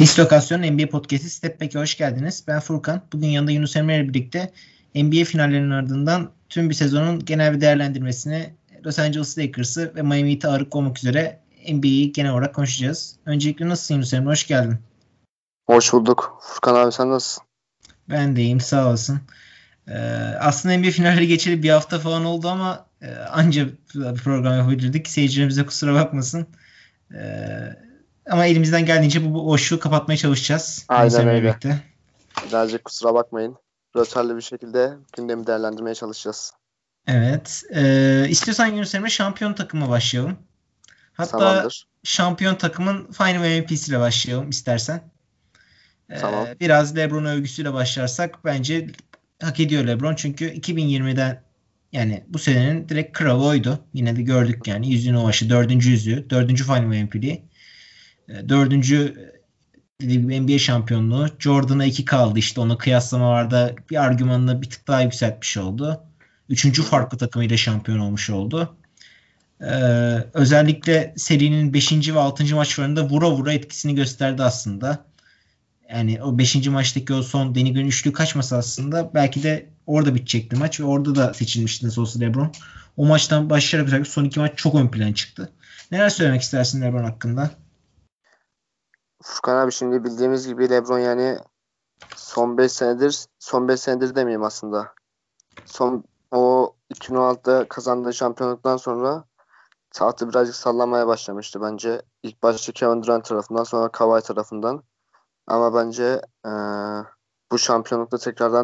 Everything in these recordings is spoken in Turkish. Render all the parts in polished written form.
Dislokasyon NBA Podcast'i Step Back'e hoş geldiniz. Ben Furkan. Bugün yanında Yunus Emre ile birlikte NBA finallerinin ardından tüm bir sezonun genel bir değerlendirmesini Los Angeles Lakers'ı ve Miami Heat'i ağırlıklı olmak üzere NBA'yi genel olarak konuşacağız. Öncelikle nasılsın Yunus Emre? Hoş geldin. Hoş bulduk. Furkan abi sen nasılsın? Ben de iyiyim, sağ olasın. Aslında NBA finalleri geçeli bir hafta falan oldu ama anca bir program yapabilirdik. Seyircilerimize kusura bakmasın. Ama elimizden geldiğince bu boşluğu kapatmaya çalışacağız. Aynen öyle. Birlikte. Birazcık kusura bakmayın. Rötarlı bir şekilde gündemi değerlendirmeye çalışacağız. Evet. İstiyorsan Yunus Emre şampiyon takımı başlayalım. Hatta Tamamdır. şampiyon takımın Final MVP'siyle başlayalım istersen. Tamam. Biraz LeBron övgüsüyle başlarsak bence hak ediyor LeBron. Çünkü 2020'den yani bu senenin direkt kralı oydu. Yine de gördük yani. Yüzüğün ovaşı. 4. yüzüğü. 4. Final MVP'liği. 4. NBA şampiyonluğu. Jordan'a 2 kaldı işte. Ona kıyaslamalarda bir argümanını bir tık daha yükseltmiş oldu. 3. farklı takımıyla şampiyon olmuş oldu. Özellikle serinin 5. ve 6. maçlarında vura vura etkisini gösterdi aslında. Yani o 5. maçtaki o son Denigren'in üçlüğü kaçmasa aslında belki de orada bitecekti maç ve orada da seçilmişti nasıl olsa LeBron. O maçtan başlayarak özellikle son 2 maç çok ön plana çıktı. Neler söylemek istersin LeBron hakkında? Furkan abi şimdi bildiğimiz gibi LeBron yani son 5 senedir demeyeyim aslında. Son o 2016'da kazandığı şampiyonluktan sonra tahtı birazcık sallamaya başlamıştı bence. İlk başta Kevin Durant tarafından sonra Kawhi tarafından. Ama bence bu şampiyonlukta tekrardan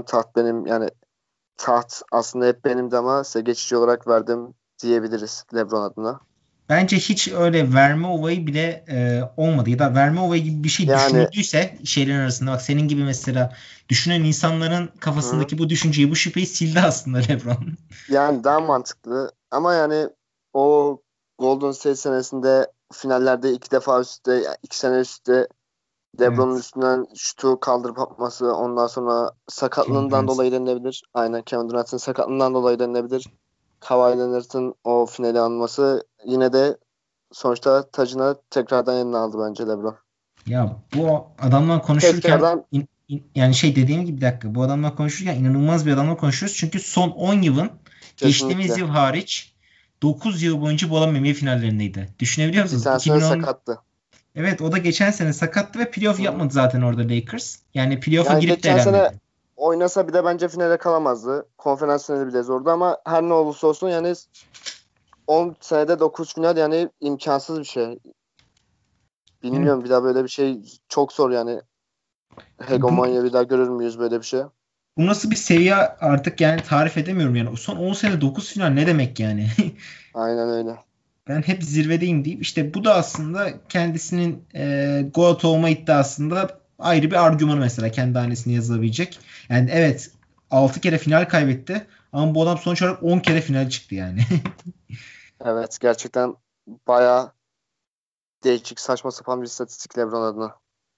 taht aslında hep benimdi ama size geçici olarak verdim diyebiliriz LeBron adına. Bence hiç öyle verme olayı bile olmadı. Ya da verme olayı gibi bir şey düşünüldüyse şeylerin arasında bak senin gibi mesela düşünen insanların kafasındaki bu düşünceyi, bu şüpheyi sildi aslında LeBron. Yani daha mantıklı ama yani o Golden State senesinde finallerde 2 sene üstte LeBron'un üstünden şutu kaldırıp atması, ondan sonra sakatlığından dolayı denilebilir. Aynen Kevin Durant'ın sakatlığından dolayı denilebilir. Kawhi Leonard'ın o finali alması yine de sonuçta tacına tekrardan eline aldı bence LeBron. Ya bu adamla konuşurken yani dediğim gibi bir dakika bu adamla konuşurken inanılmaz bir adamla konuşuyoruz. Çünkü son 10 yılın geçtiğimiz yıl hariç 9 yıl boyunca bu adam NBA finallerindeydi. Düşünebiliyor musunuz? Bir tane sakattı. Evet o da geçen sene sakattı ve playoff yapmadı zaten orada Lakers. Yani playoff'a girip de elenmedi. Geçen sene oynasa bile bence finale kalamazdı. Konferans finali bile zordu ama her ne olursa olsun yani 10 senede 9 final yani imkansız bir şey. Bilmiyorum bir daha böyle bir şey çok zor yani. Hegemonya bir daha görür müyüz böyle bir şey? Bu nasıl bir seviye artık yani tarif edemiyorum yani. Son 10 sene 9 final ne demek yani? Aynen öyle. Ben hep zirvedeyim deyip işte bu da aslında kendisinin GOAT olma iddiasında ayrı bir argümanı mesela kendi hanesine yazılabilecek. Yani evet 6 kere final kaybetti ama bu adam sonuç olarak 10 kere final çıktı yani. Evet gerçekten bayağı değişik saçma sapan bir istatistik LeBron adına.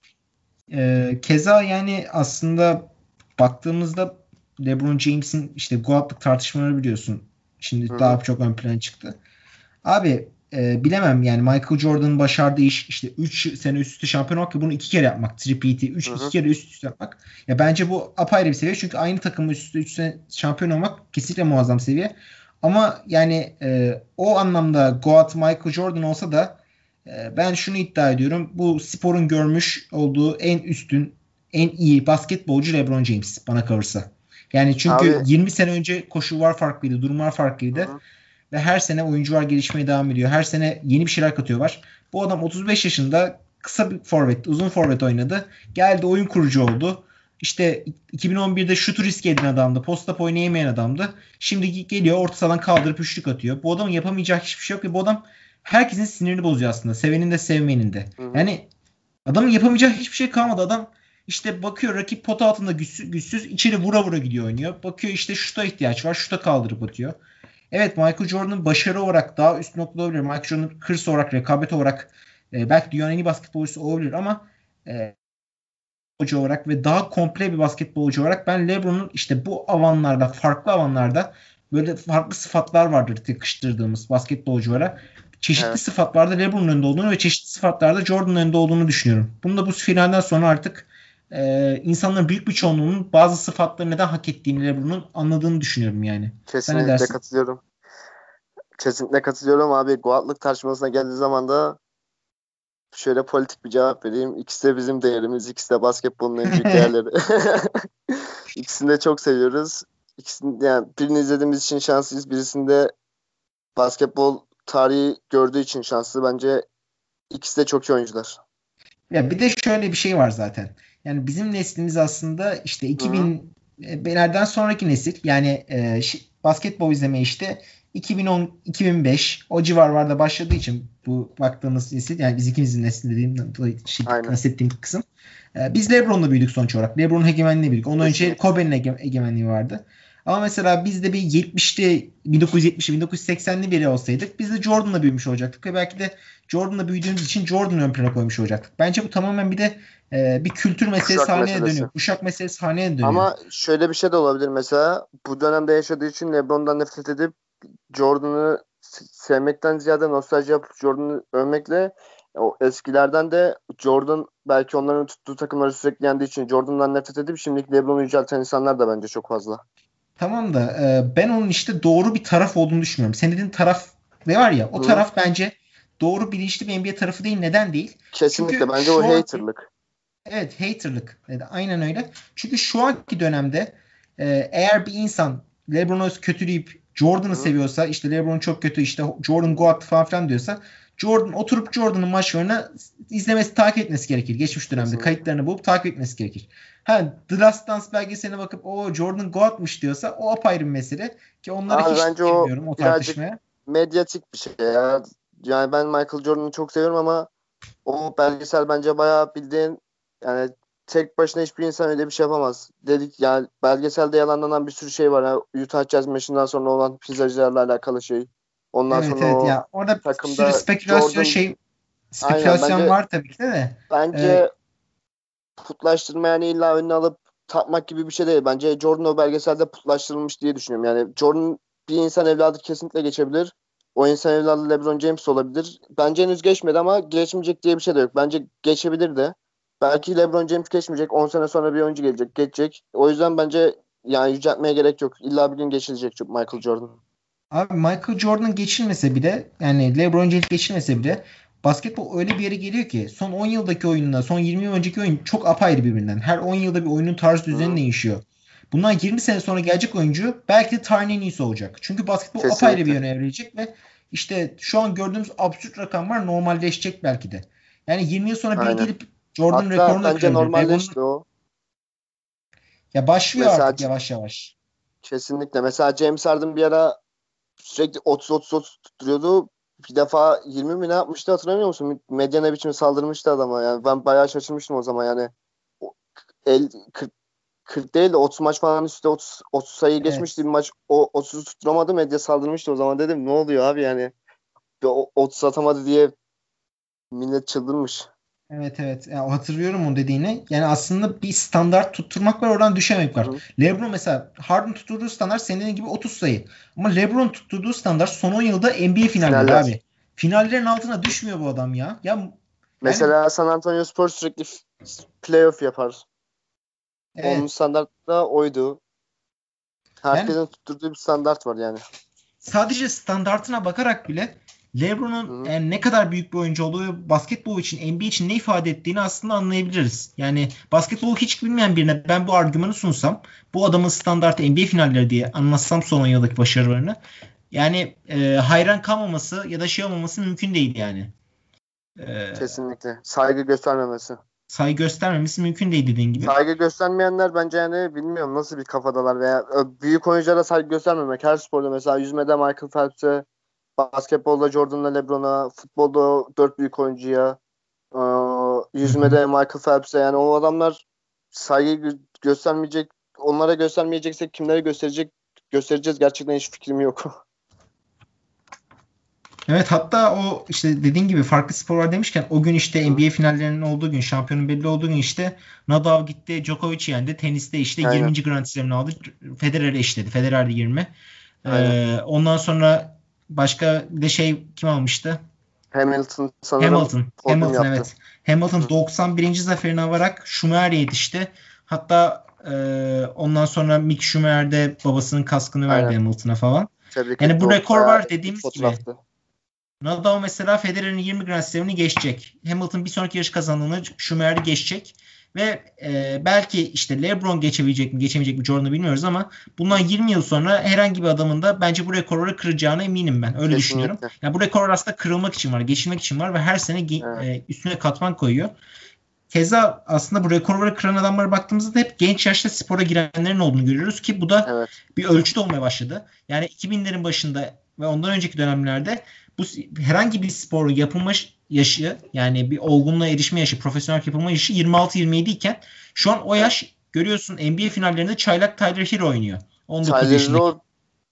Keza yani aslında baktığımızda LeBron James'in işte GOAT'lık tartışmaları biliyorsun. Şimdi daha çok ön plana çıktı. Abi bilemem yani Michael Jordan'ın başardığı iş işte 3 sene üst üste şampiyon olmak bunu 2 kere yapmak. 2 kere üst üste yapmak. Ya bence bu apayrı bir seviye. Çünkü aynı takımın üst üste 3 sene şampiyon olmak kesinlikle muazzam seviye. Ama yani o anlamda GOAT Michael Jordan olsa da ben şunu iddia ediyorum. Bu sporun görmüş olduğu en üstün, en iyi basketbolcu LeBron James bana kalırsa. Yani çünkü 20 sene önce koşullar farklıydı, durumlar farklıydı. Ve her sene oyuncular gelişmeye devam ediyor. Her sene yeni bir şeyler katıyorlar. Bu adam 35 yaşında kısa bir forvet, uzun forvet oynadı. Geldi oyun kurucu oldu. İşte 2011'de şutu riske eden adamdı. Post-up oynayamayan adamdı. Şimdi geliyor orta sahadan kaldırıp üçlük atıyor. Bu adamın yapamayacağı hiçbir şey yok. Ve bu adam herkesin sinirini bozuyor aslında. Sevenin de sevmeyenin de. Yani adamın yapamayacağı hiçbir şey kalmadı. Adam işte bakıyor rakip pota altında güçsüz içeri vura vura gidiyor oynuyor. Bakıyor işte şuta ihtiyaç var. Şuta kaldırıp atıyor. Evet Michael Jordan'ın başarı olarak daha üst noktada olabilir. Michael Jordan'ın hırs olarak, rekabet olarak belki dünyanın en iyi basketbolcusu olabilir ama olarak ve daha komple bir basketbolcu olarak ben LeBron'un işte bu alanlarda, farklı alanlarda böyle farklı sıfatlar vardır yakıştırdığımız basketbolculara. çeşitli Evet. sıfatlarda LeBron'un önünde olduğunu ve çeşitli sıfatlarda Jordan'ın önünde olduğunu düşünüyorum. Bunu da bu finalden sonra artık insanların büyük bir çoğunluğunun bazı sıfatları neden hak ettiğini LeBron'un anladığını düşünüyorum yani. Sen ne Kesinlikle dersin? katılıyorum. Kesinlikle katılıyorum abi. Goatlık tartışmasına geldiği zaman da şöyle politik bir cevap vereyim. İkisi de bizim değerimiz. İkisi de basketbolun en büyük değerleri. İkisini de çok seviyoruz. İkisini, yani birini izlediğimiz için şanslıyız. Birisinde basketbol tarihi gördüğü için şanslı. Bence ikisi de çok iyi oyuncular. Ya bir de şöyle bir şey var zaten. Yani bizim neslimiz aslında işte Hı-hı. 2000'lerden sonraki nesil. Yani basketbol izleme işte 2010, 2005 o civarlarda başladığı için bu baktığımız nesil yani biz ikimizin nesli dediğim Aynen. kastettiğim kısım. Biz LeBron'la büyüdük sonuç olarak. LeBron'un hegemenliği büyüdük. Ondan önce Kesinlikle. Kobe'nin egemenliği vardı. Ama mesela biz de bir 70'li 1970'li 1980'li biri olsaydık biz de Jordan'la büyümüş olacaktık ve belki de Jordan'la büyüdüğümüz için Jordan'ı ön plana koymuş olacaktık. Bence bu tamamen bir de bir kültür meselesi Kuşak haline meselesi. dönüyor. Kuşak meselesi haline dönüyor. Ama şöyle bir şey de olabilir mesela. Bu dönemde yaşadığı için LeBron'dan nefret edip Jordan'ı sevmekten ziyade nostalji yapıp Jordan'ı övmekle o eskilerden de Jordan belki onların tuttuğu takımları sürekli yendiği için Jordan'dan nefret edip şimdiki LeBron'u yücelten insanlar da bence çok fazla. Tamam da ben onun işte doğru bir taraf olduğunu düşünmüyorum. Senin dediğin taraf ne var ya o Hı? taraf bence doğru bilinçli bir NBA tarafı değil. Neden değil? Kesinlikle Çünkü bence o şu anki haterlık. evet haterlık. Evet, aynen öyle. Çünkü şu anki dönemde eğer bir insan LeBron'u kötüleyip Jordan'ı Hı? seviyorsa işte LeBron çok kötü işte Jordan go Hı? attı falan filan diyorsa Jordan oturup Jordan'ın maçlarını izlemesi, takip etmesi gerekir. Geçmiş dönemde Kesinlikle. kayıtlarını bulup takip etmesi gerekir. Ha The Last Dance belgeseline bakıp o Jordan go atmış diyorsa o apayrı bir mesele ki onları Abi hiç bence o girmiyorum o birazcık tartışmaya. medyatik bir şey ya. Yani ben Michael Jordan'ı çok seviyorum ama o belgesel bence bayağı bildiğin, yani tek başına hiçbir insan öyle bir şey yapamaz. Dedik yani belgeselde yalanlanan bir sürü şey var. Yani Utah Jazz maçından sonra olan pizzacılarla alakalı şey. Ondan Evet sonra evet o ya orada bir sürü takımda spekülasyon Jordan, şey aynen, spekülasyon bence var tabii ki de. E, bence putlaştırma yani illa önüne alıp tapmak gibi bir şey değil. Bence Jordan o belgeselde putlaştırılmış diye düşünüyorum. Yani Jordan bir insan evladı kesinlikle geçebilir. O insan evladı LeBron James olabilir. Bence henüz geçmedi ama geçmeyecek diye bir şey de yok. Bence geçebilir de. Belki LeBron James geçmeyecek. 10 sene sonra bir oyuncu gelecek. Geçecek. O yüzden bence yani yüceltmeye gerek yok. İlla bir gün geçilecek çünkü Michael Jordan. Abi Michael Jordan geçilmese bile yani LeBron James geçilmese bile basketbol öyle bir yere geliyor ki son 10 yıldaki oyunla son 20 yıl önceki oyun çok apayrı birbirinden. Her 10 yılda bir oyunun tarzı düzeni Hı-hı. değişiyor. Bundan 20 sene sonra gelecek oyuncu belki de tarihinin en iyisi olacak. Çünkü basketbol apayrı bir Kesinlikle. yöne evrilecek ve işte şu an gördüğümüz absürt rakamlar normalleşecek belki de. Yani 20 yıl sonra biri Aynen. gelip Jordan Hatta rekorunu da bence kırabilir. LeBron'un normalleşti o. ya başlıyor Mesela artık yavaş yavaş. kesinlikle. Mesela James Harden bir ara sürekli 30-30-30 tutturuyordu. Bir defa 20 mi ne yapmıştı hatırlamıyor musun? Medya ne biçim saldırmıştı adama yani. Ben bayağı şaşırmıştım o zaman yani. O 40, 40 değil de 30 maç falan üstte 30 sayı geçmişti Evet. bir maç. O 30'u tutturamadı, medya saldırmıştı o zaman, dedim ne oluyor abi yani. Bir 30 atamadı diye millet çıldırmış. Evet evet. Yani hatırlıyorum o dediğini. Yani aslında bir standart tutturmak var oradan düşemek Hı var. hı. LeBron mesela Harden tutturduğu standart senin dediğin gibi 30 sayı. Ama LeBron tutturduğu standart son 10 yılda NBA finalleri Finaller. abi. Finallerin altına düşmüyor bu adam ya. Yani Mesela San Antonio Spurs sürekli playoff yapar. Onun evet. standart da oydu. Yani Herkesin tutturduğu bir standart var yani. sadece standartına bakarak bile Hı LeBron'un hı. yani ne kadar büyük bir oyuncu olduğu ve basketbol için NBA için ne ifade ettiğini aslında anlayabiliriz. Yani basketbolu hiç bilmeyen birine ben bu argümanı sunsam bu adamın standartı NBA finalleri diye anlatsam son 10 yıldaki başarılarını yani hayran kalmaması ya da şey olmaması mümkün değil yani. E, Kesinlikle. Saygı göstermemesi. saygı göstermemesi mümkün değil dediğin gibi. Saygı göstermeyenler bence yani bilmiyorum nasıl bir kafadalar veya büyük oyunculara saygı göstermemek. Her sporda mesela yüzmede Michael Phelps'e, basketbolda Jordan'la LeBron'a, futbolda o dört büyük oyuncuya, Hı hı. yüzmede Michael Phelps'e, yani o adamlar saygı göstermeyecek. Onlara göstermeyeceksek kimlere göstereceğiz, gerçekten hiç fikrim yok. Evet hatta o işte dediğin gibi farklı sporlar demişken o gün işte Hı, NBA finallerinin olduğu gün şampiyonun belli olduğu gün işte Nadal gitti Djokovic'i yendi. Teniste işte aynen. 20. Grand Slam'ını aldı. Federer'i eşledi. Federer de 20. Aynen. Ondan sonra Başka bir de kim almıştı? Hamilton sanırım Hamilton yaptı. evet. Hamilton 91. zaferine varak Schumacher'e yetişti. Hatta ondan sonra Mick Schumacher de babasının kaskını verdi Hamilton'a falan. Yani bu rekor var dediğimiz gibi. Nadal mesela Federer'in 20 Grand Slam'ini geçecek. Hamilton bir sonraki yarış kazandığında Schumacher'i geçecek. Ve belki işte LeBron geçebilecek mi geçemeyecek mi Jordan'ı bilmiyoruz ama bundan 20 yıl sonra herhangi bir adamın da bence bu rekorları kıracağına eminim ben. Öyle Kesinlikle düşünüyorum. Yani bu rekor aslında kırılmak için var, geçilmek için var ve her sene üstüne katman koyuyor. Keza aslında bu rekorları kıran adamlara baktığımızda da hep genç yaşta spora girenlerin olduğunu görüyoruz ki bu da bir ölçüt olmaya başladı. Yani 2000'lerin başında ve ondan önceki dönemlerde bu herhangi bir spor yapılma yaşı, yani bir olgunluğa erişme yaşı, profesyonel yapılma yaşı 26-27 iken şu an o yaş görüyorsun NBA finallerinde çaylak Tyler Hero oynuyor. 19 yaşındaki. Tyler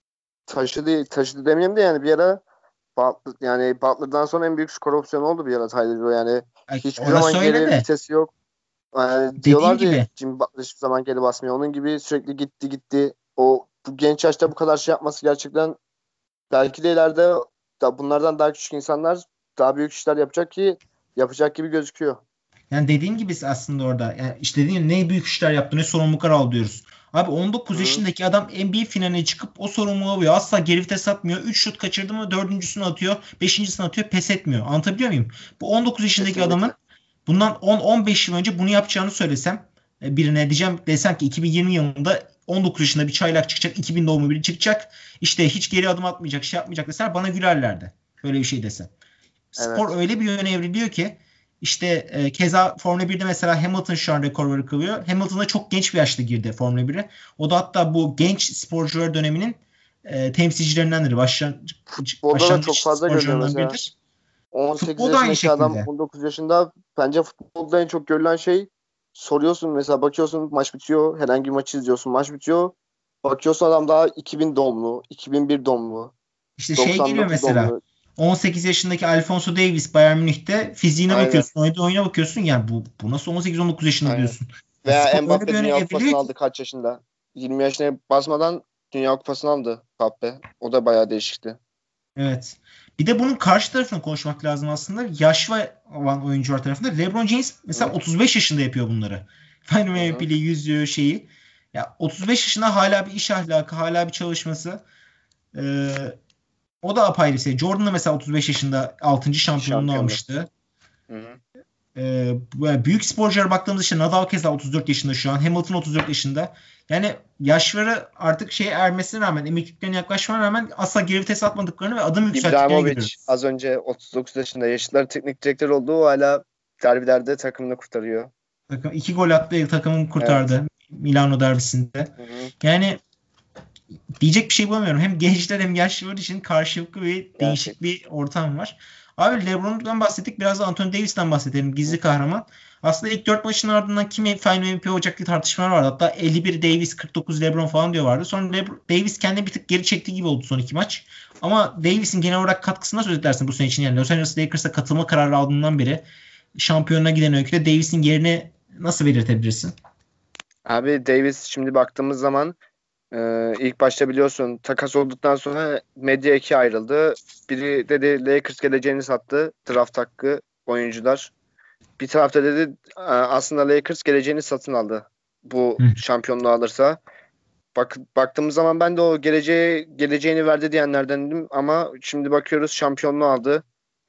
Hero taşıdı demeyeyim de yani bir ara Butler'dan sonra en büyük skor opsiyonu oldu bir ara Tyler Hero yani. Hiçbir zaman geri vitesi yok. Yani diyorlar ki Jimmy Butler hiçbir zaman geri basmıyor. Onun gibi sürekli gitti. Bu genç yaşta bu kadar şey yapması gerçekten belki de ileride bunlardan daha küçük insanlar daha büyük işler yapacak gibi gözüküyor. Yani dediğim gibi aslında orada yani işte dediğim ne büyük işler yaptı ne sorumluluklar aldı diyoruz. Abi 19 yaşındaki adam NBA finaline çıkıp o sorumluluğu alıyor. Asla geri vites atmıyor. 3 şut kaçırdı mı 4.'sünü atıyor. 5.'sini atıyor. Pes etmiyor. Anlatabiliyor muyum? Bu 19 yaşındaki adamın bundan 10-15 yıl önce bunu yapacağını söylesem birine desem ki 2020 yılında 19 yaşında bir çaylak çıkacak. 2000 doğumlu biri çıkacak. İşte hiç geri adım atmayacak, şey yapmayacak deseler bana gülerlerdi. Böyle bir şey desem. Spor öyle bir yöne evriliyor ki işte keza Formula 1'de mesela Hamilton şu an rekorları kılıyor. Hamilton da çok genç bir yaşta girdi Formula 1'e. O da hatta bu genç sporcular döneminin temsilcilerindendir. Futbolda da çok fazla görülüyor mesela. 18 yaşındaki adam 19 yaşında bence futbolda en çok görülen şey soruyorsun mesela bakıyorsun maç bitiyor. Herhangi bir maçı izliyorsun maç bitiyor. Bakıyorsun adam daha 2000 doğumlu, 2001 doğumlu. İşte geliyor mesela. Doğumlu. 18 yaşındaki Alphonso Davies Bayern Münih'te fiziğine bakıyorsun. Oyuna bakıyorsun. Yani bu nasıl 18-19 yaşında diyorsun. Veya Mbappe Dünya Kupası'nı aldı kaç yaşında? 20 yaşına basmadan Dünya Kupası'nı aldı Mbappe. O da bayağı değişikti. Evet. Bir de bunun karşı tarafını konuşmak lazım aslında. Yaş olan oyuncular tarafında. LeBron James mesela 35 yaşında yapıyor bunları. Final MVP'li yüzüğü şeyi. Ya 35 yaşında hala bir iş ahlakı, hala bir çalışması. O da apayrı bir şey. Jordan da mesela 35 yaşında 6. şampiyonluğunu almıştı. Büyük sporculara baktığımızda işte Nadal keza 34 yaşında şu an. Hamilton 34 yaşında. Yani yaşları artık ermesine rağmen, emekliliklerine yaklaşmana rağmen asla geri vites atmadıklarını ve adım yükselttiklerini görüyoruz. Az önce 39 yaşında yaşlılar teknik direktör oldu. O hala derbilerde takımını kurtarıyor. 2 gol attı, takımını kurtardı. Evet. Milano derbisinde. Yani diyecek bir şey bulamıyorum. Hem gençler hem yaşlılar için karşılıklı bir değişik bir ortam var. Abi LeBron'dan bahsettik. Biraz da Anthony Davis'ten bahsedelim. Gizli kahraman. Aslında ilk 4 maçın ardından kim Final MVP olacak diye tartışmalar vardı. Hatta 51 Davis, 49 LeBron falan diyorlardı. Sonra Davis kendini bir tık geri çektiği gibi oldu son 2 maç. Ama Davis'in genel olarak katkısına söz edersin bu sene için. Yani Los Angeles Lakers'a katılma kararı aldığından beri şampiyonuna giden öyküde Davis'in yerini nasıl belirtebilirsin? Abi Davis şimdi baktığımız zaman ilk başta biliyorsun takas olduktan sonra medya ikiye ayrıldı. Biri dedi Lakers geleceğini sattı. Draft hakkı oyuncular. Bir tarafta dedi aslında Lakers geleceğini satın aldı. Bu şampiyonluğu alırsa. Baktığımız zaman ben de o geleceğini verdi diyenlerdendim ama şimdi bakıyoruz şampiyonluğu aldı.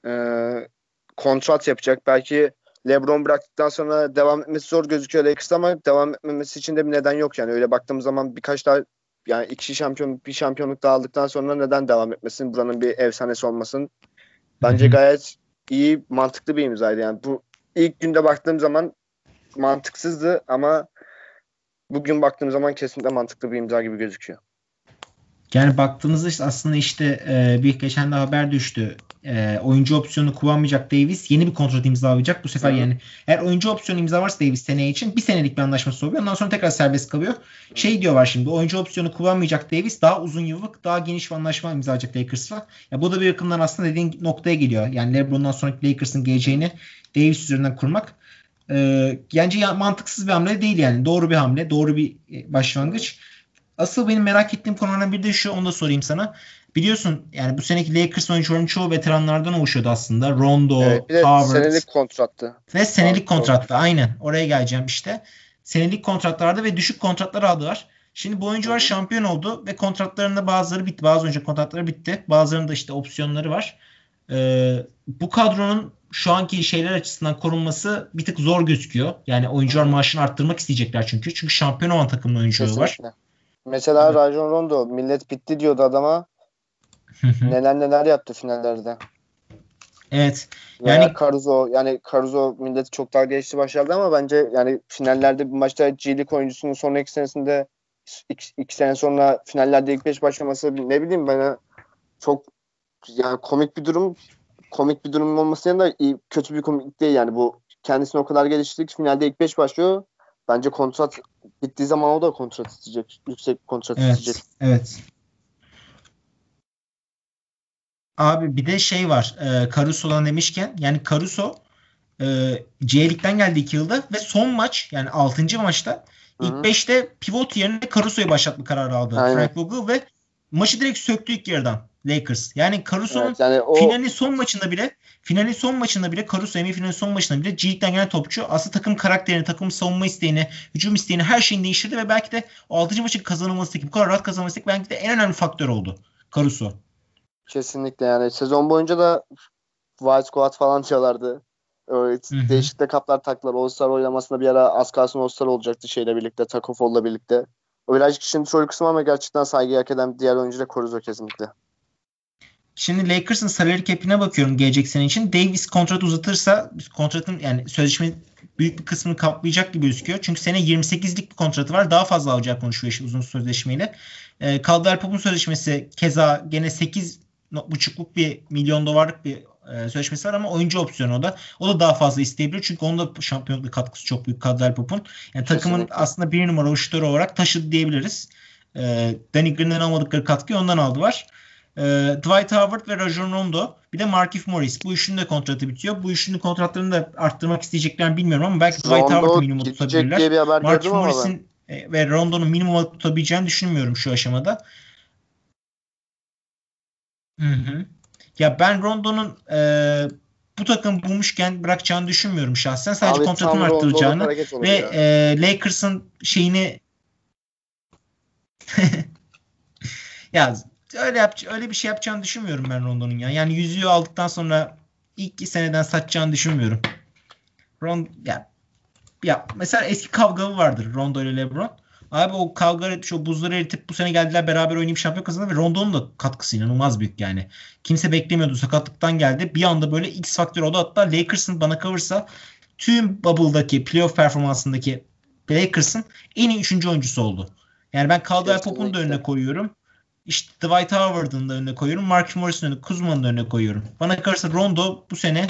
Kontrat yapacak. Belki LeBron bıraktıktan sonra devam etmesi zor gözüküyor Lakers'ta ama devam etmemesi için de bir neden yok yani. Öyle baktığımız zaman birkaç daha yani bir şampiyonluk daha aldıktan sonra neden devam etmesin? Buranın bir efsanesi olmasın. Bence gayet iyi, mantıklı bir imzaydı. Yani bu ilk günde baktığım zaman mantıksızdı ama bugün baktığım zaman kesinlikle mantıklı bir imza gibi gözüküyor. Yani baktığımızda aslında bir geçen de haber düştü. Oyuncu opsiyonu kullanmayacak Davis yeni bir kontrat imzalayacak. Bu sefer yani eğer oyuncu opsiyonu imzalarsa Davis seneye için bir senelik bir anlaşması oluyor. Ondan sonra tekrar serbest kalıyor. Diyorlar şimdi oyuncu opsiyonu kullanmayacak Davis daha uzun yıllık daha geniş bir anlaşma imzalayacak Lakers'la. Ya bu da bir yakından aslında dediğin noktaya geliyor. Yani LeBron'dan sonraki Lakers'ın geleceğini Davis üzerinden kurmak. Bence mantıksız bir hamle değil yani. Doğru bir hamle. Doğru bir başlangıç. Asıl benim merak ettiğim konulardan biri de şu, onu da sorayım sana. biliyorsun yani bu seneki Lakers oyuncularının çoğu veteranlardan oluşuyordu aslında. Rondo, Evet, bir de Howard senelik kontrattı. ve senelik Howard. kontratta. Aynen oraya geleceğim işte. Senelik kontratlarda ve düşük kontratlar aldılar. Şimdi bu Hı oyuncular hı. şampiyon oldu ve kontratlarında bazıları bitti. Bazı oyuncu kontratları bitti. Bazılarının da işte opsiyonları var. Bu kadronun şu anki şeyler açısından korunması bir tık zor gözüküyor. Yani Hı oyuncular hı. maaşını arttırmak isteyecekler çünkü. Çünkü şampiyon olan takımın oyuncuları var. Kesinlikle. Mesela Evet. Rajon Rondo millet bitti diyordu adama. Neler neler yaptı finallerde. Evet. Veya Yani Caruso, yani Caruso milleti çok dalga geçti başardı ama bence yani finallerde bir maçta G League oyuncusunun sonraki senesinde iki sene sonra finallerde ilk 5 başlaması, ne bileyim, bana çok yani komik bir durum. Komik bir durum olması yanında kötü bir komik değil yani. Bu kendisini o kadar geliştirdik, finalde ilk 5 başlıyor. Bence kontrat bittiği zaman o da kontrat isteyecek. Yüksek kontrat isteyecek. evet. Evet. Abi bir de şey var. Caruso'dan demişken yani Caruso C Lig'den geldi 2 yılda ve son maç yani 6. maçta Hı ilk hı. beşte pivot yerine Caruso'yu başlatma kararı aldı Aynen. Frank Vogel ve maçı direkt söktü ilk yarıdan Lakers. Yani Caruso'nun Evet yani o finalin son maçında bile Caruso finalin son maçında bile G League'den gelen topçu aslında takım karakterini, takım savunma isteğini, hücum isteğini, her şeyini değiştirdi ve belki de o 6. maçın kazanılmasındaki bu kadar rahat kazanılmasındaki belki de en önemli faktör oldu Caruso. kesinlikle yani sezon boyunca da Wild Squad falan diyorlardı. Öyle Hı hı. değişik de kaplar taktılar. All-Star oylamasında bir ara az kalsın All-Star olacaktı şeyle birlikte. Taco Fall'la birlikte. O birazcık işin troll kısmı ama gerçekten saygı hak eden bir diğer oyuncu da Caruso kesinlikle. Şimdi Lakers'ın salary cap'ine bakıyorum gelecek sene için. Davis kontrat uzatırsa kontratın yani sözleşmenin büyük bir kısmını kaplayacak gibi gözüküyor. Çünkü sene 28'lik bir kontratı var. Daha fazla alacak konuşuyor işte uzun sözleşmeyle. Caldwell Pope'un sözleşmesi keza gene 8,5'luk bir milyon dolarlık bir sözleşmesi var ama oyuncu opsiyonu o da. O da daha fazla isteyebilir. Çünkü onun da şampiyonluk katkısı çok büyük Caldwell Pope'un. Yani takımın Kesinlikle. aslında bir numara şutörü olarak taşıdı diyebiliriz. Danny Green'den almadıkları katkıyı ondan aldılar. Dwight Howard ve Rajon Rondo. Bir de Markieff Morris. Bu üçünün de kontratı bitiyor. Bu üçünün kontratlarını da arttırmak isteyeceklerini bilmiyorum ama belki Dwight Howard'ı Rondo minimuma gidecek diye tutabilirler. bir haber gördüm Markieff ama ben. Morris'in ve Rondo'nun minimuma tutabileceğini düşünmüyorum şu aşamada. Hı hı. Ya ben Rondo'nun bu takım bulmuşken bırakacağını düşünmüyorum şahsen. Sadece Abi kontratını tam Rondo'luk arttıracağını hareket olur ve ya. Lakers'ın şeyini ya öyle bir şey yapacağını düşünmüyorum ben Rondo'nun ya. Yani yüzüğü aldıktan sonra ilk seneden satacağını düşünmüyorum. Ya mesela eski kavgalı vardır Rondo ile LeBron. Abi o kavga etmiş, o buzları eritip bu sene geldiler beraber oynayıp şampiyon kazandı ve Rondo'nun da katkısı inanılmaz büyük yani. Kimse beklemiyordu, sakatlıktan geldi. Bir anda böyle X faktör oldu. Hatta Lakers'ın bana kalırsa tüm Bubble'daki playoff performansındaki Lakers'ın en iyi 3. oyuncusu oldu. Yani ben Caldwell Pope'un da önüne Kesinlikle. koyuyorum. İşte Dwight Howard'ın da önüne koyuyorum. Mark Morris'in önüne, Kuzma'nın da önüne koyuyorum. Bana kalırsa Rondo bu sene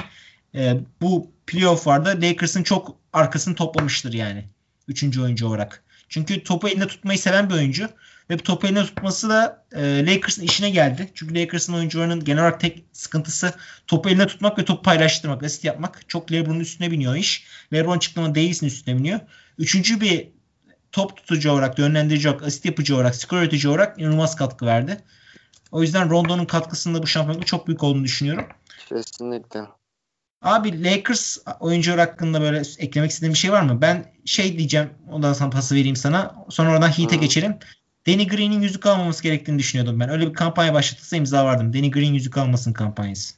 bu playoff'larda Lakers'ın çok arkasını toplamıştır yani. 3. oyuncu olarak. Çünkü topu elinde tutmayı seven bir oyuncu. Ve bu topu elinde tutması da Lakers'ın işine geldi. Çünkü Lakers'ın oyuncularının genel olarak tek sıkıntısı topu elinde tutmak ve topu paylaştırmak, asist yapmak. Çok LeBron'un üstüne biniyor iş. LeBron çıktığında Davis'in üstüne biniyor. Üçüncü bir top tutucu olarak, yönlendirici olarak, asist yapıcı olarak, skor üretici olarak inanılmaz katkı verdi. O yüzden Rondo'nun katkısında bu şampiyonlukta çok büyük olduğunu düşünüyorum. Kesinlikle. Abi Lakers oyuncular hakkında böyle eklemek istediğim bir şey var mı? Ben şey diyeceğim. Ondan sonra pası vereyim sana. Sonra oradan Heat'e Hı. geçelim. Danny Green'in yüzük almaması gerektiğini düşünüyordum ben. Öyle bir kampanya başlatılsa imza vardım. Danny Green yüzük almasın kampanyası.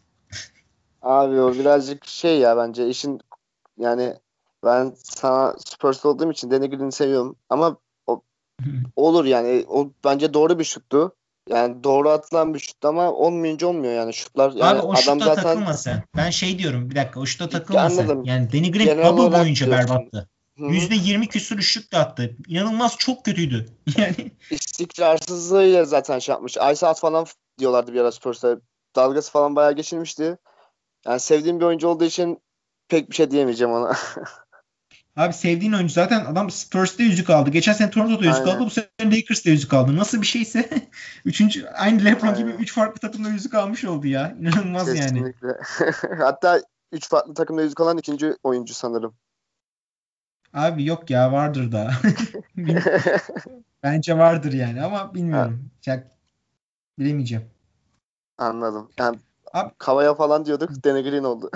Abi o birazcık şey ya, bence işin yani, ben sana Spurs olduğum için Danny Green'i seviyorum ama o, olur yani, o bence doğru bir şuttu. Yani doğru atılan bir şut ama olmayınca olmuyor yani şutlar. Abi Yani o adam şutta zaten takılma sen. Ben şey diyorum bir dakika o şutta takılma sen. anladım. Yani Danny Green Genel bubble olarak boyunca diyorsun. berbattı. Hı hı. %20 küsur üçlük de attı. İnanılmaz çok kötüydü. Yani İstikrarsızlığıyla zaten şey yapmış. Ay saat falan diyorlardı bir ara Spurs'ta. Dalgası falan bayağı geçirmişti. Yani sevdiğim bir oyuncu olduğu için pek bir şey diyemeyeceğim ona. abi sevdiğin oyuncu zaten adam Spurs'ta yüzük aldı. Geçen sene Toronto'da yüzük aldı. Aynen. Bu sene Lakers'ta yüzük aldı. Nasıl bir şeyse üçüncü aynı LeBron gibi Aynen. 3 farklı takımda yüzük almış oldu ya. İnanılmaz yani. Kesinlikle. Hatta 3 farklı takımda yüzük alan ikinci oyuncu sanırım. Abi yok ya vardır da. Bence vardır yani ama Ha, bilmiyorum. Ya, bilemeyeceğim. Anladım. Yani Abi, Kavaya falan diyorduk. Danny Green oldu.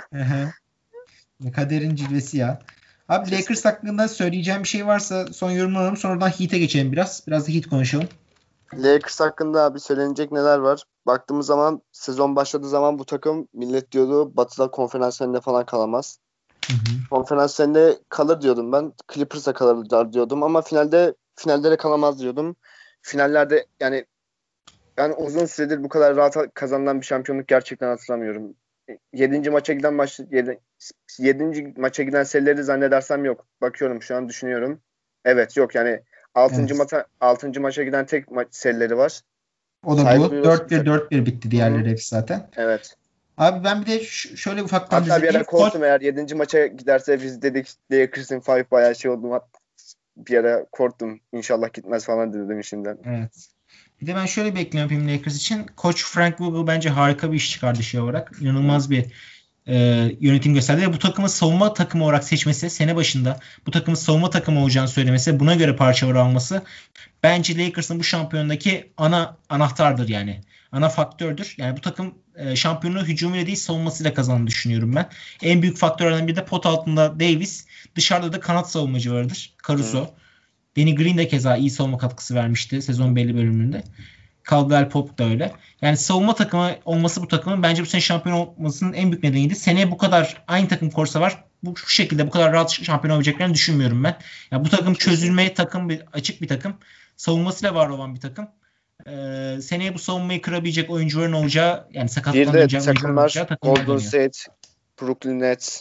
kaderin cilvesi ya. Abi Lakers Kesinlikle. hakkında söyleyeceğim bir şey varsa son yorumlarım. Sonradan Heat'e geçelim biraz. Biraz da Heat konuşalım. Lakers hakkında abi söylenecek neler var? Baktığımız zaman sezon başladığı zaman bu takım millet diyordu Batı'da konferans finalinde falan kalamaz. Hı hı. Konferans finalinde kalır diyordum ben. Clippers'a kalırlar diyordum ama finallere kalamaz diyordum. Finallerde yani uzun süredir bu kadar rahat kazanılan bir şampiyonluk gerçekten hatırlamıyorum. 7. maça giden serileri zannedersem yok. Bakıyorum şu an düşünüyorum. Evet yok yani Evet. 6. maça giden tek serileri var. O da Saygı bu. duyulası bir 4-1 takım. 4-1 bitti Hı hı. diğerleri hepsi zaten. Evet. Abi ben bir de şöyle ufaktan Hatta bir ara düzelteyim. Koç korktum eğer 7. maça giderse biz dedik Lakers'ın 5 bayağı şey oldum. Bir ara korktum. İnşallah gitmez falan dedim şimdiden. evet. Bir de ben şöyle bir ekleme yapayım Lakers için. Koç Frank Vogel bence harika bir iş çıkardı şey olarak. Hı. İnanılmaz bir yönetim gösterdi ve bu takımı savunma takımı olarak seçmesi, sene başında bu takımın savunma takımı olacağını söylemesi, buna göre parçalar alması bence Lakers'ın bu şampiyondaki ana anahtardır yani. Ana faktördür. Yani bu takım şampiyonluğu hücumuyla değil savunmasıyla kazandığını düşünüyorum ben. En büyük faktörlerden biri de pot altında Davis. Dışarıda da kanat savunmacı vardır. Hı. Caruso. Danny Green de keza iyi savunma katkısı vermişti sezon belli bölümünde. Caldwell Pope da öyle. Yani savunma takımı olması bu takımın bence bu sene şampiyon olmasının en büyük nedeniydi. Seneye bu kadar aynı takım korsa var. Bu şekilde bu kadar rahat şampiyon olabileceklerini düşünmüyorum ben. Ya bu takım Kesinlikle. çözülmeye açık bir takım. Savunmasıyla var olan bir takım. Seneye bu savunmayı kırabilecek oyuncuların olacağı yani Bir de sakatlanacak oyuncuların takımlar olacağı takımlar Golden dönüyor. State, Brooklyn Nets.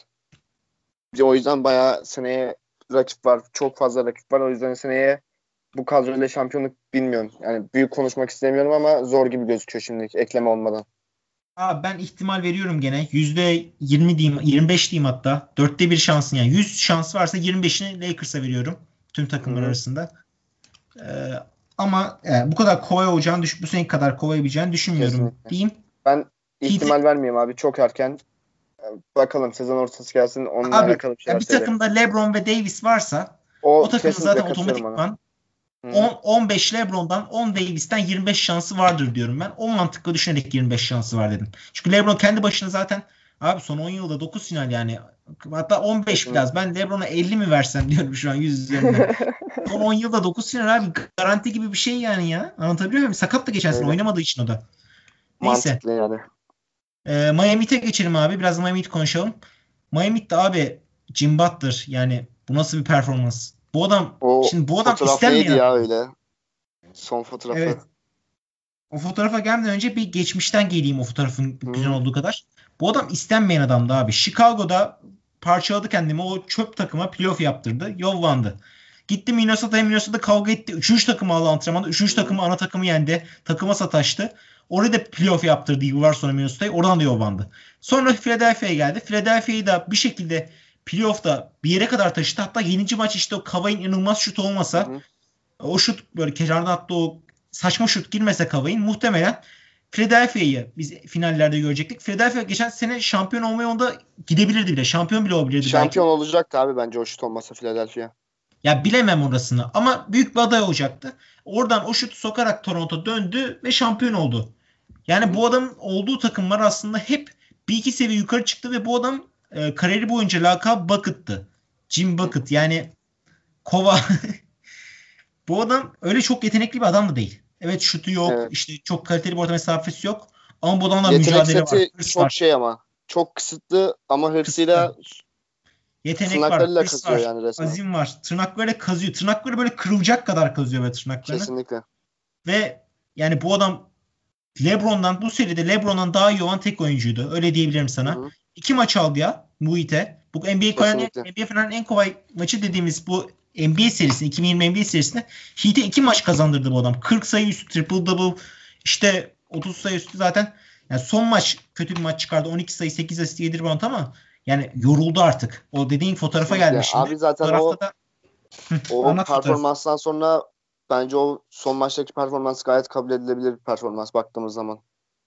O yüzden bayağı seneye rakip var. Çok fazla rakip var. O yüzden seneye bu kadroyla şampiyonluk bilmiyorum. Yani büyük konuşmak istemiyorum ama zor gibi gözüküyor şimdilik ekleme olmadan. Abi ben ihtimal veriyorum gene. %20 diyeyim, 25 diyeyim hatta. Dörtte bir şansın yani. 100 şans varsa 25'ini Lakers'a veriyorum. Tüm takımlar Hı-hı. arasında. Ee, ama bu kadar kolay olacağını bu sene kadar kolay olabileceğini düşünmüyorum Kesinlikle. diyeyim. Ben Heat'e ihtimal vermeyeyim abi. Çok erken. Bakalım sezon ortası gelsin. Onunla abi alakalı bir ya şeyler bir söylerim. takımda LeBron ve Davis varsa o O takımın kesinlikle zaten katılıyorum ona. otomatikman Hı-hı. 15 LeBron'dan 10 Davis'ten 25 şansı vardır diyorum ben. O mantıkla düşünerek 25 şansı var dedim. Çünkü LeBron kendi başına zaten abi son 10 yılda 9 final yani. Hatta 15 biraz. Kesinlikle. Ben LeBron'a 50 mi versem diyorum şu an 100 üzerinden. Son 10 yılda 9 final abi garanti gibi bir şey yani ya. Anlatabiliyor muyum? Sakat da geçen sene Öyle. oynamadığı için o da. Neyse. Mantıklı yani. Miami Heat'e geçelim abi. Biraz Miami Heat konuşalım. Miami Heat'te abi Jim Butler yani bu nasıl bir performans? O Şimdi bu adam fotoğraf neydi istenmeyen ya adam. öyle? Son fotoğrafı. Evet. O fotoğrafa gelmeden önce bir geçmişten geleyim o fotoğrafın güzel Hı-hı. olduğu kadar. Bu adam istenmeyen adamdı abi. Chicago'da parçaladı kendimi. O çöp takıma playoff yaptırdı. Yollandı. Gitti Minnesota'ya. Minnesota kavga etti. Üçüncü takımı aldı antrenmanda. Üçüncü Hı-hı. takımı ana takımı yendi. Takıma sataştı. Orada da playoff yaptırdı yıllar sonra Minnesota'yı. Oradan da yollandı. Sonra Philadelphia'ya geldi. Philadelphia'yı da bir şekilde playoff'ta bir yere kadar taşıdı. Hatta 7. maç işte o Kavai'nin inanılmaz şutu olmasa Hı-hı. o şut böyle kenardan attığı o saçma şut girmese Kavai'nin muhtemelen Philadelphia'yı biz finallerde görecektik. Philadelphia geçen sene şampiyon olmaya onda gidebilirdi bile. Şampiyon bile olabilirdi belki. Şampiyon olacaktı abi bence o şut olmasa Philadelphia. Ya bilemem orasını ama büyük bir aday olacaktı. Oradan o şutu sokarak Toronto döndü ve şampiyon oldu. Yani Hı-hı. bu adamın olduğu takımlar aslında hep bir iki seviye yukarı çıktı ve bu adam kariyeri boyunca lakabı Bucket'tı. Jim Hı-hı. Bucket yani kova. Bu adam öyle çok yetenekli bir adam da değil. Evet şutu yok. Evet. İşte çok kaliteli bir orta mesafesi yok. Ama bu adamda Yetenek mücadele var. seti Hırs çok var. şey ama. Çok kısıtlı ama Kısıtlı. hırsıyla Yetenek var. tırnaklarıyla Hırs kazıyor var. yani resmen. Azim var. Tırnaklarıyla kazıyor. Tırnakları böyle kırılacak kadar kazıyor böyle tırnaklarını. Kesinlikle. Ve yani bu adam bu seride LeBron'dan daha iyi olan tek oyuncuydu. Öyle diyebilirim sana. Hı-hı. 2 maç aldı ya Muhit'e. Bu Kesinlikle. NBA finalinin en kolay maçı dediğimiz bu NBA serisi 2020 NBA serisinde Heat'e 2 maç kazandırdı bu adam. 40 sayı üstü triple double işte 30 sayı üstü zaten. Yani son maç kötü bir maç çıkardı. 12 sayı 8 asist 7 rebound ama yani yoruldu artık. O dediğin fotoğrafa Kesinlikle. gelmiş şimdi. Abi zaten Fotoğrafta da o anlat fotoğrafı. performanstan sonra bence o son maçtaki performans gayet kabul edilebilir bir performans baktığımız zaman.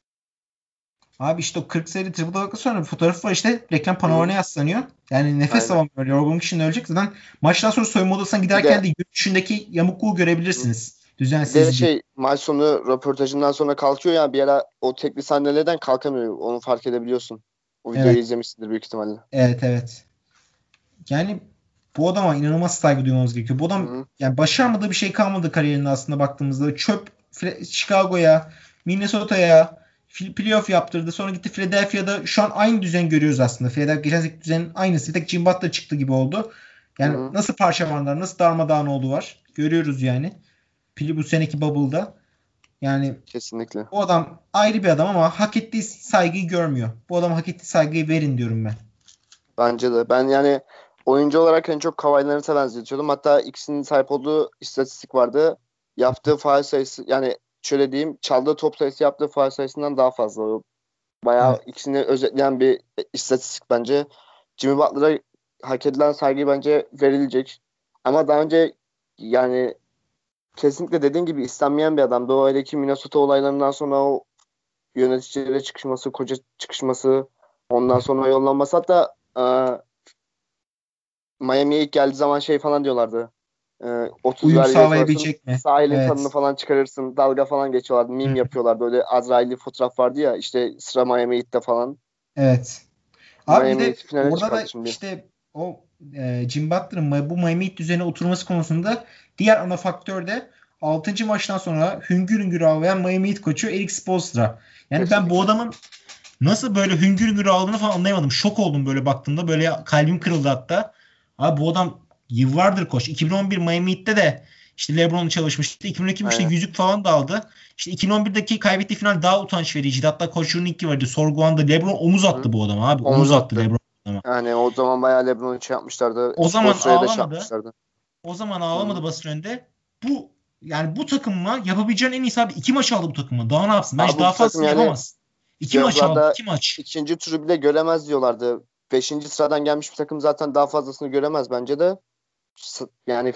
Abi işte o 40 sayılı triple double'dan sonra bir fotoğrafı var işte reklam Hı-hı. panolarına yaslanıyor. Yani nefes Aynen. alamıyor. Yorgunluk içinde ölecek. Zaten maçtan sonra soyunma odasına Bir de giderken de yürüyüşündeki yamukluğu hı, görebilirsiniz. Bir de Düzensizlik. maç sonu röportajından sonra kalkıyor ya, bir ara o tekli sandalyeden kalkamıyor. Onu fark edebiliyorsun. O videoyu Evet. izlemişsindir büyük ihtimalle. Evet, evet. Yani bu adama inanılmaz saygı duymamız gerekiyor. Bu adam Hı-hı. yani başarmadığı bir şey kalmadı kariyerinde aslında baktığımızda. Çöp Chicago'ya, Minnesota'ya playoff yaptırdı. Sonra gitti Philadelphia'da. Şu an aynı düzen görüyoruz aslında. Philadelphia geçen seneki düzenin aynısı. Bir tek Jim Butler çıktı gibi oldu. Yani Hı-hı. nasıl parçalandılar, nasıl darmadağın oldu var. Görüyoruz yani. Bu seneki Bubble'da. Yani Kesinlikle. bu adam ayrı bir adam ama hak ettiği saygıyı görmüyor. Bu adama hak ettiği saygıyı verin diyorum ben. Bence de. Ben yani oyuncu olarak en çok Kawhi Leonard'a benzetiyordum. Hatta ikisinin sahip olduğu istatistik vardı. Yaptığı faul sayısı, yani şöyle diyeyim, çaldığı top sayısı yaptığı faul sayısından daha fazla. O bayağı Evet. ikisini özetleyen bir istatistik bence. Jimmy Butler'a hak edilen saygı bence verilecek. Ama daha önce yani kesinlikle dediğin gibi istenmeyen bir adamdı. O hele ki Minnesota olaylarından sonra o yöneticilere çıkışması, koca çıkışması, ondan sonra yollanması, hatta Miami'ye ilk geldiği zaman falan diyorlardı. 30 Uyum vergiye sonrasın sağlayabilecek mi? sahilin tadını Evet. falan çıkarırsın. Dalga falan geçiyorlardı. Hı. Meme yapıyorlardı. Öyle Azrail'i fotoğraf vardı ya, işte sıra Miami Heat'te falan. Evet. Abi bir Miami Heat de finale orada çıkardı da şimdi. işte o Jim Butler'ın bu Miami Heat düzeni oturması konusunda diğer ana faktör de 6. maçtan sonra hüngür hüngür ağlayan Miami Heat koçu Erik Spoelstra. Yani ben bu Kesinlikle. adamın nasıl böyle hüngür hüngür ağladığını falan anlayamadım. Şok oldum böyle baktığımda. Böyle kalbim kırıldı hatta. Abi bu adam yıllardır koç. 2011 Miami Heat'te de işte LeBron'la çalışmıştı. 2012 işte Aynen. yüzük falan da aldı. İşte 2011'deki kaybettiği final daha utanç vericiydi. Hatta koçluğunun ilk yılı vardı. Sorgulandı. LeBron omuz Hı? attı bu adama abi. Omuz Omuz attı attı. LeBron adama. Yani o zaman bayağı LeBron'u yapmışlardı. O zaman Spoelstra'ya da ağlamadı. yapmışlardı. O zaman Hı. ağlamadı basın önünde. Bu yani bu takımla yapabileceğin en iyisi abi. 2 maç aldı bu takımı. Daha ne yapsın? Bence Abi daha bu takım fazlasını yani yapamaz. 2 maç aldı. playoff'larda 2 maç. ikinci turu bile göremez diyorlardı. Beşinci sıradan gelmiş bir takım zaten daha fazlasını göremez bence de. Yani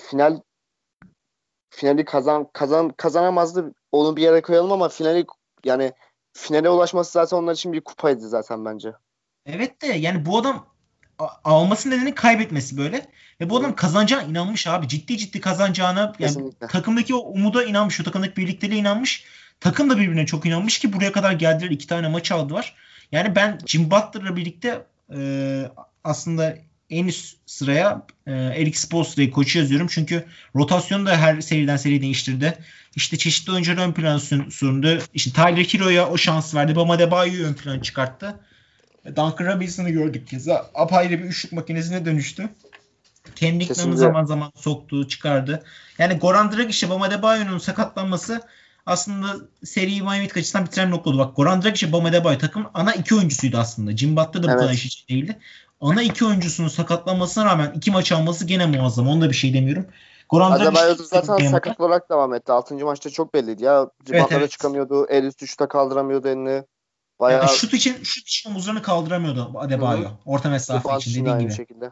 finali kazanamazdı. Onu bir yere koyalım ama yani finale ulaşması zaten onlar için bir kupaydı zaten bence. Evet de yani bu adam alması nedeni kaybetmesi böyle. Ve bu adam Hı, kazanacağına inanmış abi. Ciddi ciddi kazanacağına yani kesinlikle. takımdaki o umuda inanmış. O takımdaki birlikteliğe inanmış. Takım da birbirine çok inanmış ki buraya kadar geldiler. 2 tane maç aldılar. Yani ben Jim Butler'la birlikte aslında en üst sıraya Eric Spoelstra'yı koçu yazıyorum. Çünkü rotasyonu da her seriden seriye değiştirdi. İşte çeşitli oyuncuları ön plana sundu. İşte Tyler Hero'ya o şans verdi. Bam Adebayo'yu ön plana çıkarttı. Duncan Robinson'ı gördük keza. Apayrı bir üçlük makinesine dönüştü. Kendrick'lerini Kesinlikle. zaman zaman soktu, çıkardı. Yani Goran Dragic'e Bam Adebayo'nun sakatlanması aslında seriyi Miami Heat açısından bitiren nokta oldu. Bak Goran Dragic'e Bam Adebayo takım ana 2 oyuncusuydu aslında. Jim Butler da bu kadar Evet. iş için değildi. Ana 2 oyuncusunun sakatlanmasına rağmen 2 maç alması gene muazzam. Onu da bir şey demiyorum. Goran Dragic Adebayo hiç zaten sakatlayamadı. sakat olarak devam etti. 6. maçta çok belliydi ya. Evet, Ribantlara evet. çıkamıyordu. El üstü şuta kaldıramıyordu elini. Yani Bayağı. şut için omuzlarını kaldıramıyordu Hı hı. Adebayo. Orta mesafe Rebound için için de dediğin aynı gibi. şekilde.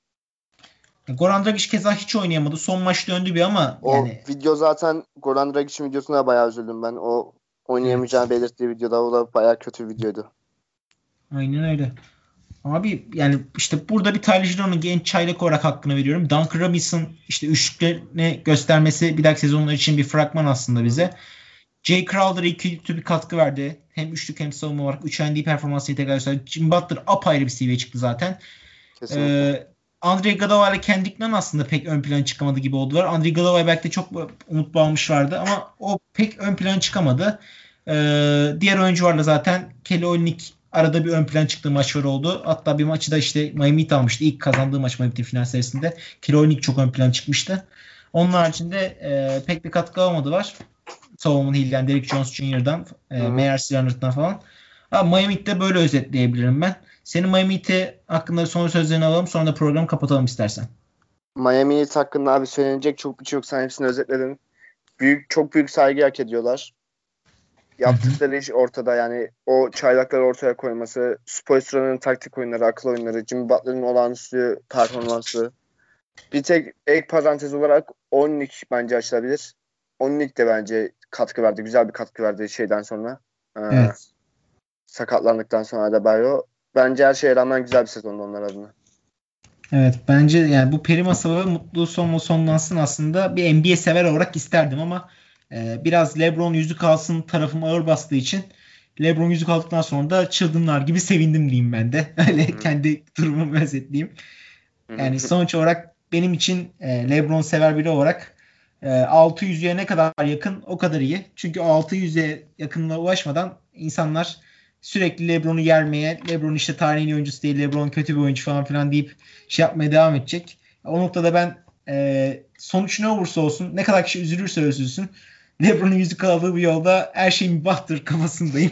Goran Dragic keza hiç oynayamadı. Son maç döndü bir ama O yani video zaten Goran Dragic'in videosuna bayağı üzüldüm ben. O evet. oynayamayacağını belirttiği videoda, o da bayağı kötü bir videoydu. Aynen öyle. Abi yani işte burada bir Tyler Hero'nun genç çaylak olarak hakkını veriyorum. Duncan Robinson işte üçlüklerini göstermesi bir dahaki sezonlar için bir fragman aslında Hı hı. bize. Jay Crowder'a iki bir katkı verdi. Hem üçlük hem savunma olarak 3 ND performansını tekrar gösterdi. Jim Butler apayrı bir seviyeye çıktı zaten. Kesinlikle. Andre Iguodala ile Kendrick Nunn aslında pek ön plana çıkamadı gibi oldular. Andre Iguodala'ya belki de çok umut bağlamışlardı ama o pek ön plana çıkamadı. Diğer oyuncularla zaten Kelly Olynyk arada bir ön plan çıktığı maçlar oldu. Hatta bir maçı da işte Miami Heat almıştı. İlk kazandığı maç Miami Heat'in final serisinde. Kelly Olynyk çok ön plan çıkmıştı. Onun haricinde pek bir katkı almadılar. Solomon Hill'den, Derrick Jones Jr.'dan, Hı hı. Myers Leonard'dan falan. Ama Miami Heat'te böyle özetleyebilirim ben. Senin Miami Heat hakkında son sözlerini alalım. Sonra da programı kapatalım istersen. Miami Heat hakkında abi söylenecek çok bir şey yok. Sen hepsini özetledin. Çok büyük saygı hak ediyorlar. Hı hı. Yaptıkları iş ortada, yani o çaylakları ortaya koyması, Spoelstra'nın taktik oyunları, akıl oyunları, Jimmy Butler'ın olağanüstü performansı. Bir tek ek parantez olarak Olynyk bence açılabilir. Olynyk de bence katkı verdi. Güzel bir katkı verdi şeyden sonra. Ee, Evet. sakatlandıktan sonra Adebayo. Bence her şeye rağmen güzel bir sezondu onlar adına. Evet, bence yani bu peri masalı mutlu sonla sonlansın aslında bir NBA sever olarak isterdim ama Biraz LeBron yüzük alsın tarafım ağır bastığı için LeBron yüzük aldıktan sonra da çılgınlar gibi sevindim diyeyim ben de. Öyle kendi durumumu özetleyeyim. Yani sonuç olarak benim için LeBron sever biri olarak 600'e ne kadar yakın o kadar iyi. Çünkü 600'e yakınına ulaşmadan insanlar sürekli LeBron'u yermeye, LeBron işte tarihin oyuncusu değil, LeBron kötü bir oyuncu falan filan deyip şey yapmaya devam edecek. O noktada ben sonuç ne olursa olsun, ne kadar kişi üzülürse üzülsün, LeBron'un yüzük aldığı bir yolda her şey mübahtır kafasındayım.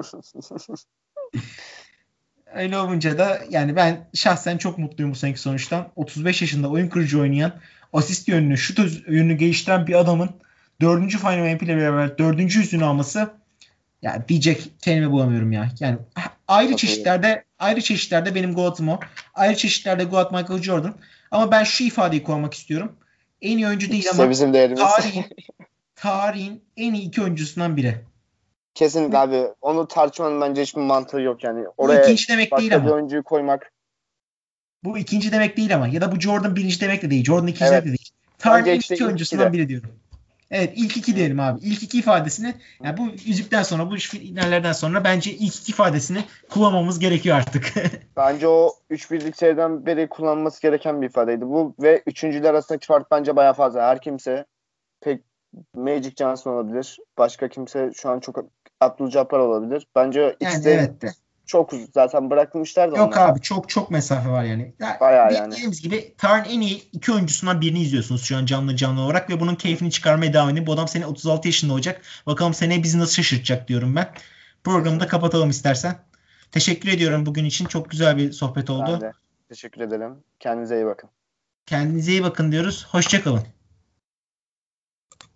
Öyle olunca da yani ben şahsen çok mutluyum bu seneki sonuçtan. 35 yaşında oyun kurucu oynayan, asist yönünü, şut yönünü geliştiren bir adamın 4. Final MVP ile beraber 4. yüzüğünü alması, yani diyecek kelime bulamıyorum ya. Yani ayrı çeşitlerde benim GOAT'ım o. Ayrı çeşitlerde GOAT Michael Jordan. Ama ben şu ifadeyi kullanmak istiyorum. En iyi oyuncu değil ama bizim değerimiz. tarihin en iyi iki oyuncusundan biri. Kesinlikle abi. Onu tartışmanın bence hiçbir mantığı yok yani. Bu Oraya ikinci demek değil başka bir ama. oyuncuyu koymak. Bu ikinci demek değil ama. Ya da bu Jordan birinci demek de değil. Jordan ikinci demek de değil. Bence Tarihin işte iki ilk oyuncusundan ikide. biri diyorum. Evet, ilk iki diyelim abi. İlk iki ifadesini, yani bu yüzükten sonra, bu finallerden sonra bence ilk iki ifadesini kullanmamız gerekiyor artık. Bence o 3-1'lik seriden beri kullanılması gereken bir ifadeydi bu ve üçüncüler arasındaki fark bence bayağı fazla. Her kimse pek Magic Johnson olabilir. Başka kimse şu an çok Abdul-Jabbar olabilir. Bence Yani ikisi de evet de. çok uzun. Zaten bırakmışlar da Yok onlar. abi, çok mesafe var yani. Bayağı yani. Dediğimiz gibi tarihin en iyi iki oyuncusundan birini izliyorsunuz şu an canlı olarak ve bunun keyfini çıkarmaya devam edin. Bu adam sene 36 yaşında olacak. Bakalım seneye bizi nasıl şaşırtacak diyorum ben. Programı da kapatalım istersen. Teşekkür ediyorum bugün için. Çok güzel bir sohbet oldu. Ben de teşekkür ederim. Kendinize iyi bakın. Kendinize iyi bakın diyoruz. Hoşça kalın.